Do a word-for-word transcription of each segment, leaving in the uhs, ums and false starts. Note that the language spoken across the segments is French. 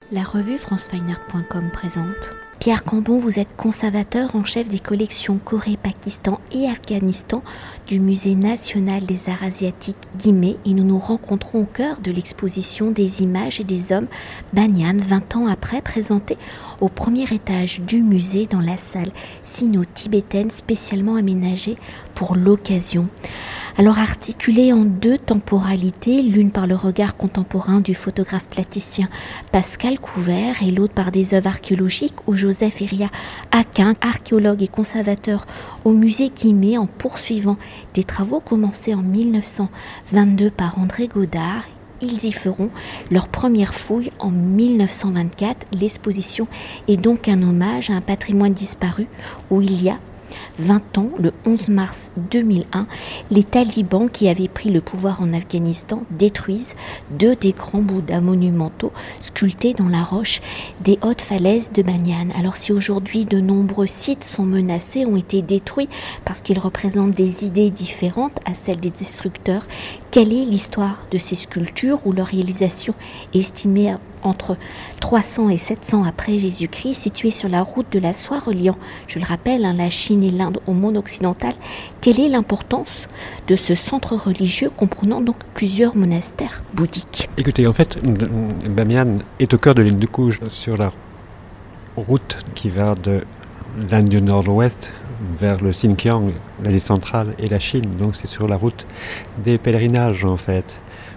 La revue france fine art point com présente. Pierre Cambon, vous êtes conservateur en chef des collections Corée, Pakistan et Afghanistan du Musée national des arts asiatiques Guimet et nous nous rencontrons au cœur de l'exposition des images et des hommes Banyan, vingt ans après, présentée au premier étage du musée dans la salle sino-tibétaine spécialement aménagée pour l'occasion. Alors articulée en deux temporalités, l'une par le regard contemporain du photographe plasticien Pascal Couvert et l'autre par des œuvres archéologiques où Joseph Eria Aquin, archéologue et conservateur au musée Guimet, en poursuivant des travaux commencés en mille neuf cent vingt-deux par André Godard. Ils y feront leur première fouille en mille neuf cent vingt-quatre. L'exposition est donc un hommage à un patrimoine disparu où il y a vingt ans, le onze mars deux mille un, les talibans qui avaient pris le pouvoir en Afghanistan détruisent deux des grands bouddhas monumentaux sculptés dans la roche des hautes falaises de Banyan. Alors si aujourd'hui de nombreux sites sont menacés, ont été détruits parce qu'ils représentent des idées différentes à celles des destructeurs, quelle est l'histoire de ces sculptures où leur réalisation est estimée à entre trois cents et sept cents après Jésus-Christ, située sur la route de la soie reliant, je le rappelle, hein, la Chine et l'Inde au monde occidental? Quelle est l'importance de ce centre religieux comprenant donc plusieurs monastères bouddhiques? Écoutez, en fait, Bamiyan est au cœur de l'Hindu-Kush, sur la route qui va de l'Inde du Nord-Ouest vers le Xinjiang, l'Asie centrale et la Chine. Donc c'est sur la route des pèlerinages, en fait,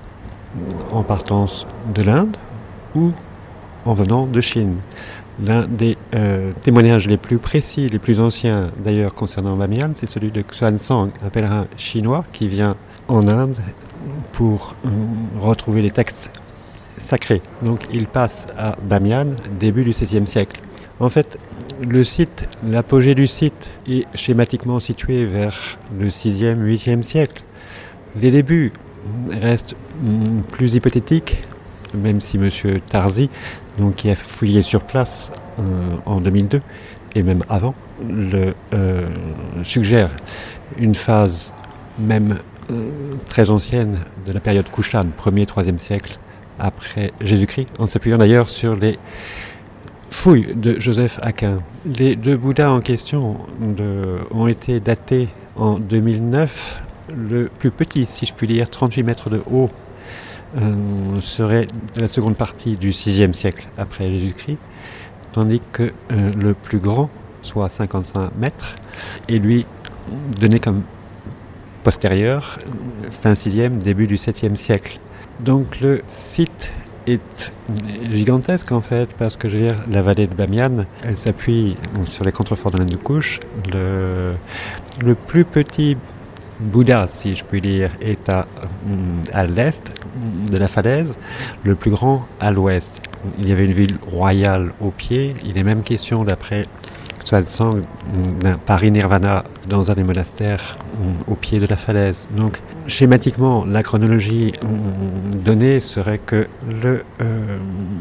en partance de l'Inde ou en venant de Chine. L'un des euh, témoignages les plus précis, les plus anciens d'ailleurs concernant Bamiyan, c'est celui de Xuanzang, un pèlerin chinois qui vient en Inde pour euh, retrouver les textes sacrés. Donc il passe à Bamiyan début du septième siècle. En fait, le site, l'apogée du site est schématiquement situé vers le sixième, huitième siècle. Les débuts restent mm, plus hypothétiques, même si M. Tarzi, donc, qui a fouillé sur place euh, en deux mille deux, et même avant, le, euh, suggère une phase même euh, très ancienne de la période Kushan, premier troisième siècle après Jésus-Christ, en s'appuyant d'ailleurs sur les fouilles de Joseph Aquin. Les deux Bouddhas en question de, ont été datés en deux mille neuf, le plus petit, si je puis dire, trente-huit mètres de haut, Euh, serait de la seconde partie du sixième siècle après Jésus-Christ, tandis que euh, le plus grand, soit cinquante-cinq mètres, est lui donné comme postérieur, fin sixième, début du septième siècle. Donc le site est gigantesque en fait, parce que je veux dire, la vallée de Bamiyan, elle s'appuie sur les contreforts de l'Hindu-Kush. Le, le plus petit Bouddha, si je puis dire, est à, à l'est de la falaise, le plus grand à l'ouest. Il y avait une ville royale au pied. Il est même question, d'après Xuanzang, d'un parinirvana dans un des monastères au pied de la falaise. Donc, schématiquement, la chronologie donnée serait que le euh,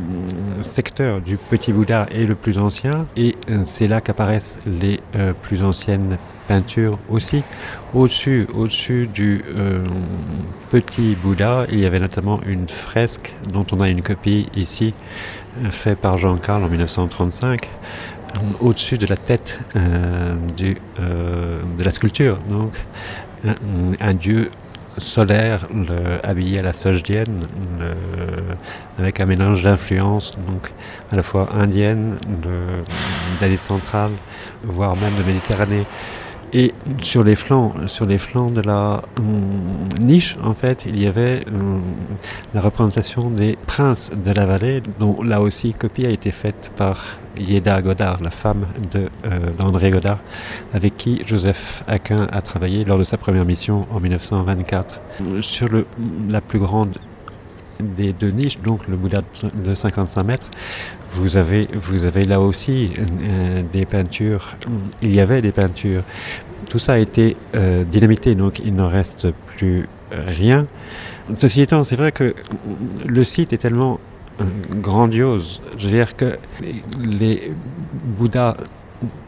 secteur du petit Bouddha est le plus ancien, et euh, c'est là qu'apparaissent les euh, plus anciennes peintures aussi. Au-dessus, au-dessus du euh, petit Bouddha, il y avait notamment une fresque dont on a une copie ici, faite par Jean Carl en mille neuf cent trente-cinq, au-dessus de la tête euh, du, euh, de la sculpture. Donc, un, un dieu solaire, le, habillé à la sogdienne, le, avec un mélange d'influences, donc à la fois indienne, d'Asie centrale, voire même de Méditerranée. Et sur les flancs, sur les flancs de la hum, niche, en fait, il y avait hum, la représentation des princes de la vallée, dont là aussi copie a été faite par Yeda Godard, la femme de, euh, d'André Godard, avec qui Joseph Aquin a travaillé lors de sa première mission en mille neuf cent vingt-quatre. Sur le, la plus grande des deux niches, donc le Bouddha de cinquante-cinq mètres, vous avez, vous avez là aussi euh, des peintures, il y avait des peintures. Tout ça a été euh, dynamité, donc il n'en reste plus rien. Ceci étant, c'est vrai que le site est tellement euh, grandiose. Je veux dire que les Bouddhas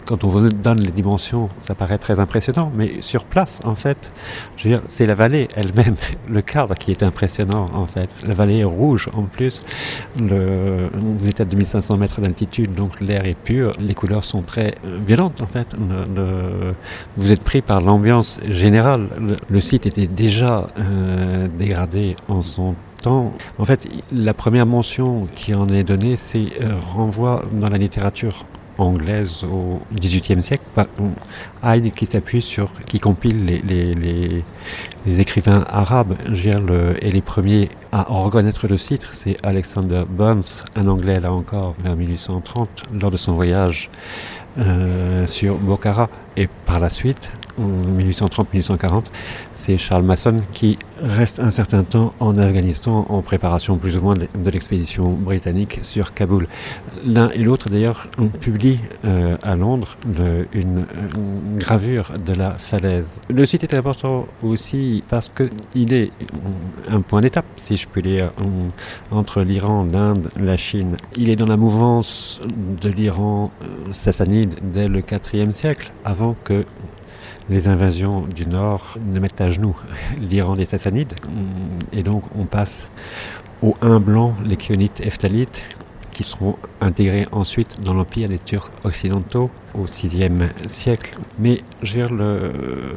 quand on vous donne les dimensions, ça paraît très impressionnant, mais sur place, en fait, je veux dire, c'est la vallée elle-même, le cadre qui est impressionnant, en fait. La vallée est rouge, en plus, le, vous êtes à deux mille cinq cents mètres d'altitude, donc l'air est pur, les couleurs sont très violentes, en fait. Le, le, vous êtes pris par l'ambiance générale. Le, le site était déjà euh, dégradé en son temps. En fait, la première mention qui en est donnée, c'est euh, renvoi dans la littérature anglaise au dix-huitième siècle, Hyde qui s'appuie sur, qui compile les, les, les, les écrivains arabes, le, et les premiers à reconnaître le site, c'est Alexander Burns, un anglais là encore, vers mille huit cent trente, lors de son voyage euh, sur Bokhara, et par la suite, en mille huit cent trente à mille huit cent quarante, c'est Charles Mason qui reste un certain temps en Afghanistan en préparation plus ou moins de l'expédition britannique sur Kaboul. L'un et l'autre d'ailleurs ont publié euh, à Londres le, une, une gravure de la falaise. Le site est important aussi parce qu'il est un point d'étape, si je puis dire, entre l'Iran, l'Inde, la Chine. Il est dans la mouvance de l'Iran sassanide dès le quatrième siècle, avant que les invasions du Nord ne mettent à genoux l'Iran des Sassanides. Et donc on passe aux Huns blancs, les Chionites Hephthalites, qui seront intégrés ensuite dans l'empire des Turcs occidentaux au sixième siècle. Mais je veux dire, le,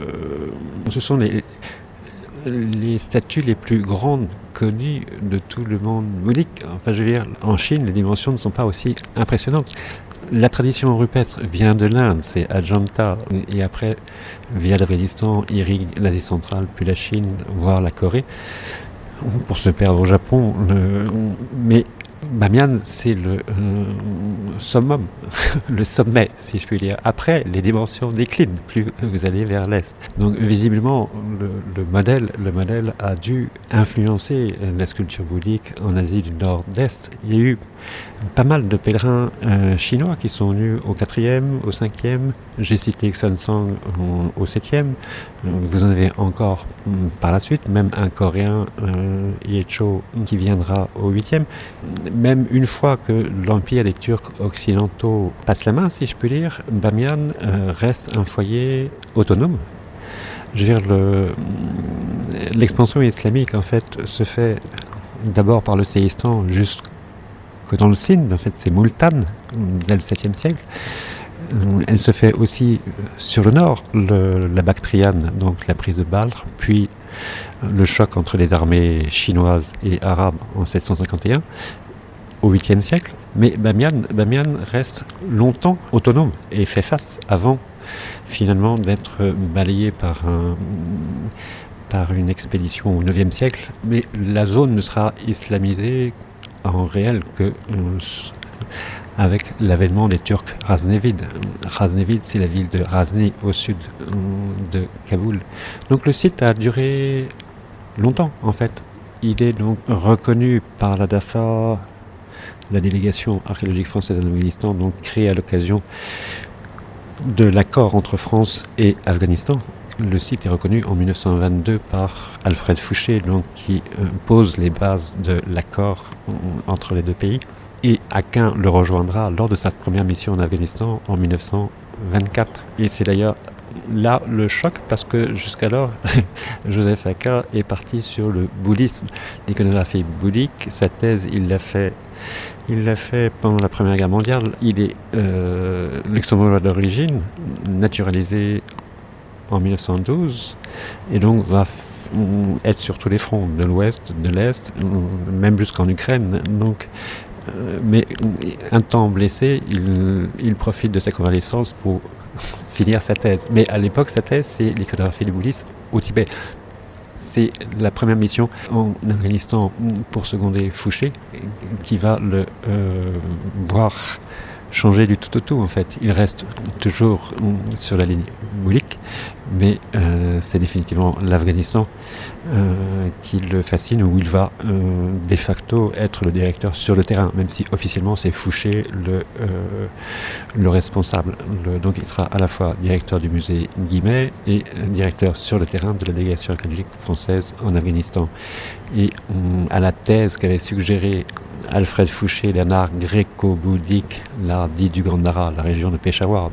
ce sont les, les statues les plus grandes connues de tout le monde bouddhique. Enfin, je veux dire, en Chine, les dimensions ne sont pas aussi impressionnantes. La tradition rupestre vient de l'Inde, c'est Ajanta, et après, via l'Afghanistan, irrigue l'Asie centrale, puis la Chine, voire la Corée, pour se perdre au Japon. Le, mais Bamiyan, c'est le euh, summum, le sommet, si je puis dire. Après, les dimensions déclinent, plus vous allez vers l'est. Donc, visiblement, le, le, modèle, le modèle a dû influencer la sculpture bouddhique en Asie du Nord-Est. Il y a eu pas mal de pèlerins euh, chinois qui sont venus au quatrième, au cinquième. J'ai cité Xuanzang au septième. Vous en avez encore par la suite, même un Coréen, euh, Yecho, qui viendra au huitième. Même une fois que l'empire des Turcs occidentaux passe la main, si je puis dire, Bamiyan euh, reste un foyer autonome. Je veux dire, le, l'expansion islamique, en fait, se fait d'abord par le Séistan jusque dans le Sindh, en fait, c'est Multan, dès le septième siècle. Elle se fait aussi sur le nord, le, la Bactriane, donc la prise de Balkh, puis le choc entre les armées chinoises et arabes en sept cent cinquante et un, au huitième siècle. Mais Bamiyan, Bamiyan reste longtemps autonome et fait face avant finalement d'être balayé par, un, par une expédition au neuvième siècle. Mais la zone ne sera islamisée en réel que euh, avec l'avènement des Turcs Ghaznavides. Ghaznavid, c'est la ville de Ghazni au sud euh, de Kaboul. Donc le site a duré longtemps en fait. Il est donc reconnu par la D A F A, la délégation archéologique française en Afghanistan, donc créée à l'occasion de l'accord entre France et Afghanistan. Le site est reconnu en mille neuf cent vingt-deux par Alfred Fouché, donc, qui euh, pose les bases de l'accord euh, entre les deux pays. Et Aquin le rejoindra lors de sa première mission en Afghanistan en mille neuf cent vingt-quatre. Et c'est d'ailleurs là le choc, parce que jusqu'alors, Joseph Aquin est parti sur le bouddhisme, l'iconographie bouddhique. Sa thèse, il l'a fait, il l'a fait pendant la Première Guerre mondiale. Il est euh, luxembourgeois d'origine, naturalisé en mille neuf cent douze, et donc va f- être sur tous les fronts, de l'ouest, de l'est, même jusqu'en Ukraine. Donc, euh, mais un temps blessé, il, il profite de sa convalescence pour finir sa thèse. Mais à l'époque, sa thèse, c'est l'iconographie du bouddhisme au Tibet. C'est la première mission en Afghanistan pour seconder Fouché, qui va le euh, voir changer du tout au tout en fait. Il reste toujours sur la ligne bouddhique, mais euh, c'est définitivement l'Afghanistan euh, qui le fascine, où il va euh, de facto être le directeur sur le terrain, même si officiellement c'est Fouché le, euh, le responsable. Le, donc il sera à la fois directeur du musée Guimet et euh, directeur sur le terrain de la délégation archéologique française en Afghanistan. Et on, à la thèse qu'avait suggérée Alfred Fouché, l'art gréco-bouddhique, l'art dit du Gandhara, la région de Peshawar, donc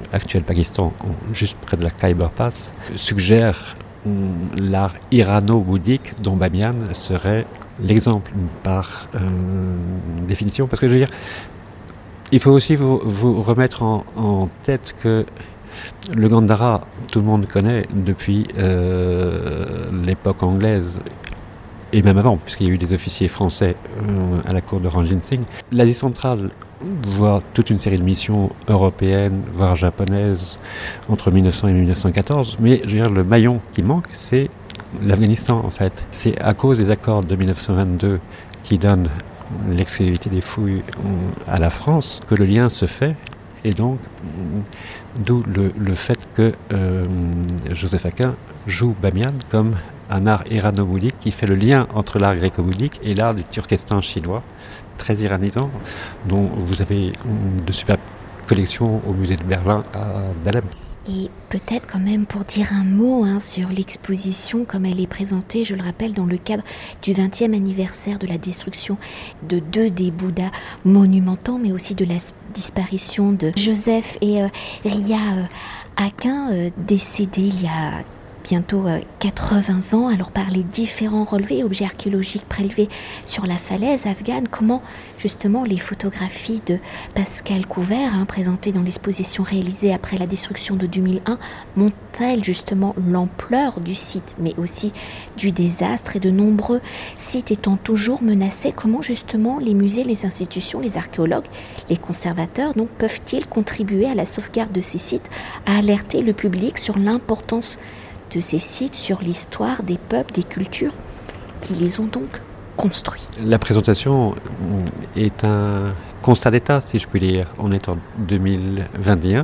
actuel Pakistan, juste près de la Khyber Pass, suggère hum, l'art irano-bouddhique dont Bamiyan serait l'exemple par euh, définition. Parce que je veux dire, il faut aussi vous, vous remettre en, en tête que le Gandhara, tout le monde connaît depuis euh, l'époque anglaise, et même avant, puisqu'il y a eu des officiers français euh, à la cour de Ranjit Singh. L'Asie centrale voire toute une série de missions européennes, voire japonaises, entre mille neuf cents et mille neuf cent quatorze. Mais je veux dire, le maillon qui manque, c'est l'Afghanistan, en fait. C'est à cause des accords de mille neuf cent vingt-deux qui donnent l'exclusivité des fouilles à la France que le lien se fait. Et donc, d'où le, le fait que euh, Joseph Aquin joue Bamiyan comme un art irano-bouddhique qui fait le lien entre l'art gréco-bouddhique et l'art du Turkestan chinois, très iranisant, dont vous avez de superbes collections au musée de Berlin à Dahlem. Et peut-être quand même pour dire un mot hein, sur l'exposition comme elle est présentée, je le rappelle, dans le cadre du vingtième anniversaire de la destruction de deux des Bouddhas monumentaux, mais aussi de la disparition de Joseph et euh, Ria euh, Aquin, euh, décédés il y a bientôt euh, quatre-vingts ans. Alors par les différents relevés, objets archéologiques prélevés sur la falaise afghane, comment justement les photographies de Pascal Couvert, hein, présentées dans l'exposition réalisée après la destruction de deux mille un, montrent-elles justement l'ampleur du site, mais aussi du désastre et de nombreux sites étant toujours menacés. Comment justement les musées, les institutions, les archéologues, les conservateurs donc peuvent-ils contribuer à la sauvegarde de ces sites, à alerter le public sur l'importance de ces sites, sur l'histoire des peuples, des cultures qui les ont donc construits. La présentation est un constat d'état, si je puis dire. On est en deux mille vingt et un.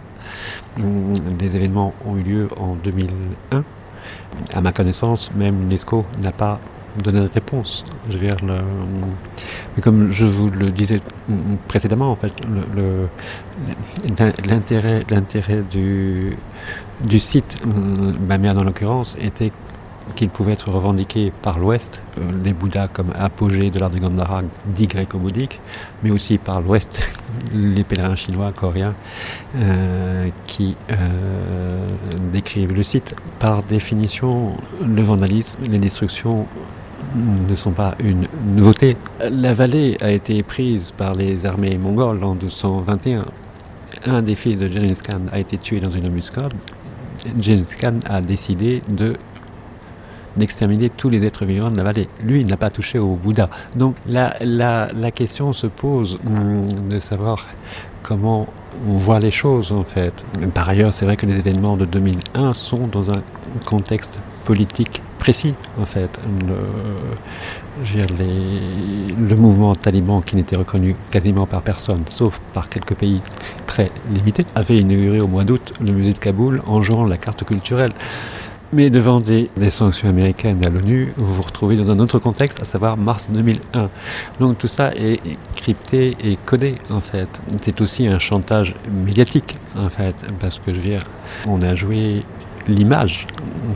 Les événements ont eu lieu en deux mille un. À ma connaissance, même l'UNESCO n'a pas donné de réponse. Je veux dire, le... Mais comme je vous le disais précédemment, en fait, le, le, l'intérêt, l'intérêt du, du site, Bamiyan en l'occurrence, était qu'il pouvait être revendiqué par l'Ouest, euh, les Bouddhas comme apogée de l'art du Gandhara dit gréco-bouddhique, mais aussi par l'Ouest, les pèlerins chinois, coréens, euh, qui euh, décrivent le site. Par définition, le vandalisme, les destructions ne sont pas une nouveauté. La vallée a été prise par les armées mongoles en douze cent vingt et un. Un des fils de Genghis Khan a été tué dans une embuscade. Genghis Khan a décidé de d'exterminer tous les êtres vivants de la vallée. Lui, il n'a pas touché au Bouddha. Donc la, la, la question se pose hum, de savoir comment on voit les choses, en fait. Par ailleurs, c'est vrai que les événements de deux mille un sont dans un contexte politique précis, en fait. Le, je veux dire, les, le mouvement taliban, qui n'était reconnu quasiment par personne, sauf par quelques pays très limités, avait inauguré au mois d'août le musée de Kaboul en jouant la carte culturelle. Mais devant des, des sanctions américaines à l'ONU, vous vous retrouvez dans un autre contexte, à savoir mars deux mille un. Donc tout ça est crypté et codé, en fait. C'est aussi un chantage médiatique, en fait, parce que je veux dire, on a joué l'image.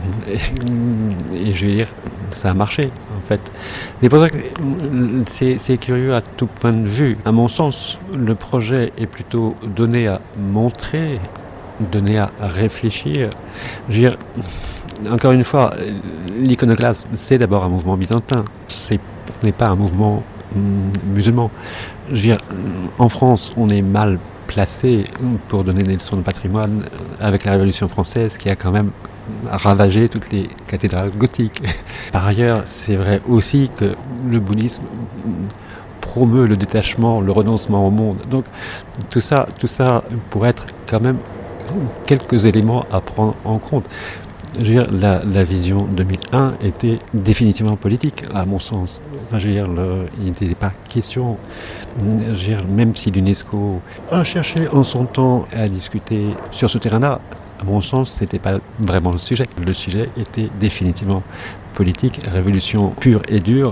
Et, et je veux dire, ça a marché, en fait. C'est pour ça que c'est, c'est curieux à tout point de vue. À mon sens, le projet est plutôt donné à montrer, donné à réfléchir. Je veux dire, encore une fois, l'iconoclasme, c'est d'abord un mouvement byzantin. Ce n'est pas un mouvement hum, musulman. Je veux dire, en France, on est mal placé pour donner des leçons de patrimoine avec la Révolution française qui a quand même ravagé toutes les cathédrales gothiques. Par ailleurs, c'est vrai aussi que le bouddhisme promeut le détachement, le renoncement au monde. Donc tout ça, tout ça pourrait être quand même quelques éléments à prendre en compte. Je veux dire, la, la vision deux mille un était définitivement politique, à mon sens. Enfin, je veux dire, le, il n'était pas question, je veux dire, même si l'UNESCO a cherché en son temps à discuter sur ce terrain-là, à mon sens, ce n'était pas vraiment le sujet. Le sujet était définitivement politique, révolution pure et dure,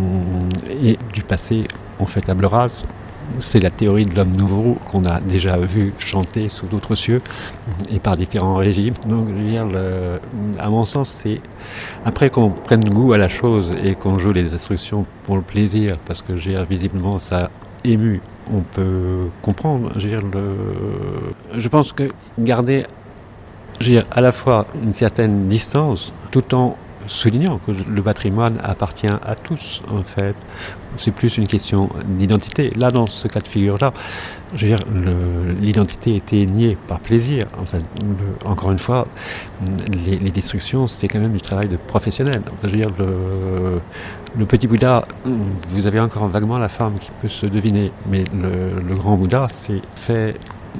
et du passé, on fait table rase. C'est la théorie de l'homme nouveau qu'on a déjà vu chanter sous d'autres cieux et par différents régimes. Donc, je veux dire, le, à mon sens, c'est après qu'on prenne goût à la chose et qu'on joue les instructions pour le plaisir, parce que je veux dire, visiblement, ça ému, on peut comprendre. Je veux dire, le... je pense que garder, je veux dire, à la fois une certaine distance, tout en soulignant que le patrimoine appartient à tous, en fait. C'est plus une question d'identité. Là, dans ce cas de figure-là, je veux dire, le, l'identité était niée par plaisir. En fait, le, encore une fois, les, les destructions, c'était quand même du travail de professionnel. Enfin, je veux dire, le, le petit Bouddha, vous avez encore vaguement la forme qui peut se deviner, mais le, le grand Bouddha, c'est fait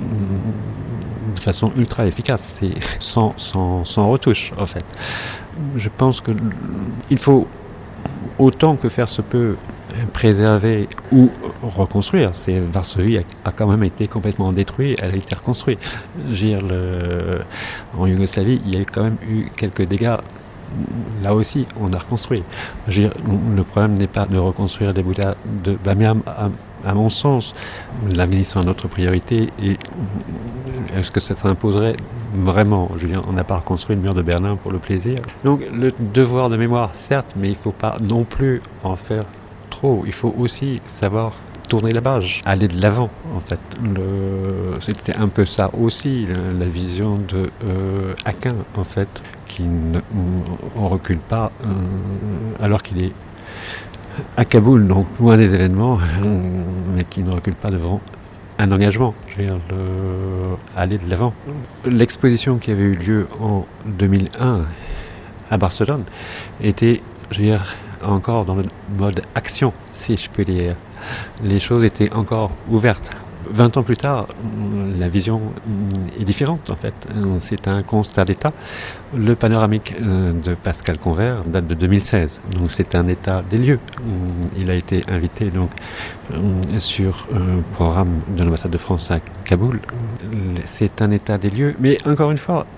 de façon ultra efficace, c'est sans, sans, sans retouche, en fait. Je pense qu'il faut, autant que faire se peut, préserver ou reconstruire. C'est, Varsovie a, a quand même été complètement détruite, elle a été reconstruite. Je veux dire, le, en Yougoslavie, il y a quand même eu quelques dégâts. Là aussi, on a reconstruit. Je veux dire, le problème n'est pas de reconstruire les Bouddhas de Bamiyan, à, à mon sens. L'Afghanistan est notre priorité et est-ce que ça s'imposerait vraiment? Je veux dire, on n'a pas reconstruit le mur de Berlin pour le plaisir. Donc, le devoir de mémoire, certes, mais il ne faut pas non plus en faire trop. Il faut aussi savoir tourner la page, aller de l'avant, en fait. Le... C'était un peu ça aussi, la, la vision de euh, Aquin, en fait, qui ne on recule pas, euh, alors qu'il est à Kaboul, donc loin des événements, euh, mais qui ne recule pas devant un engagement, je veux dire, le... aller de l'avant. L'exposition qui avait eu lieu en deux mille un à Barcelone était, je veux dire, encore dans le mode action, si je peux dire. Les choses étaient encore ouvertes. vingt ans plus tard, la vision est différente en fait. C'est un constat d'état. Le panoramique de Pascal Convert date de deux mille seize, donc c'est un état des lieux. Il a été invité donc sur un programme de l'ambassade de France à Kaboul. C'est un état des lieux, mais encore une fois,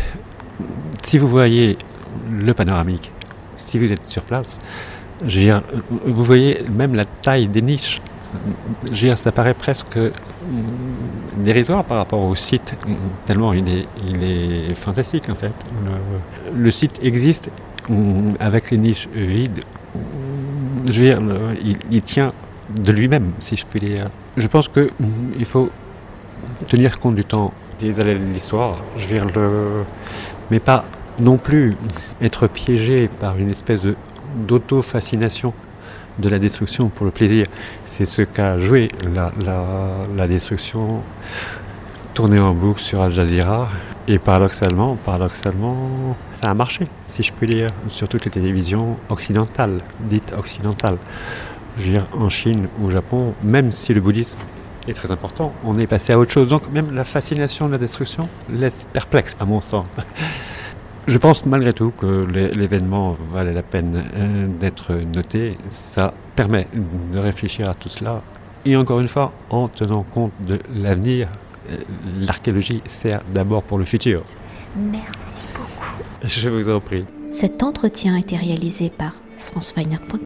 si vous voyez le panoramique, si vous êtes sur place, je veux dire, vous voyez même la taille des niches. Je veux dire, ça paraît presque dérisoire par rapport au site, tellement il est, il est fantastique en fait. Le, le site existe avec les niches vides. Je veux dire, le, il, il tient de lui-même, si je puis dire. Je pense qu'il faut tenir compte du temps, des allées de l'histoire, je veux dire, le, mais pas non plus être piégé par une espèce de d'auto-fascination de la destruction pour le plaisir. C'est ce qu'a joué la, la, la destruction tournée en boucle sur Al Jazeera. Et paradoxalement, paradoxalement, ça a marché, si je puis dire, sur toutes les télévisions occidentales, dites occidentales. Je veux dire, en Chine ou au Japon, même si le bouddhisme est très important, on est passé à autre chose. Donc même la fascination de la destruction laisse perplexe, à mon sens. Je pense malgré tout que l'événement valait la peine d'être noté. Ça permet de réfléchir à tout cela. Et encore une fois, en tenant compte de l'avenir, l'archéologie sert d'abord pour le futur. Merci beaucoup. Je vous en prie. Cet entretien a été réalisé par franceweiner point com.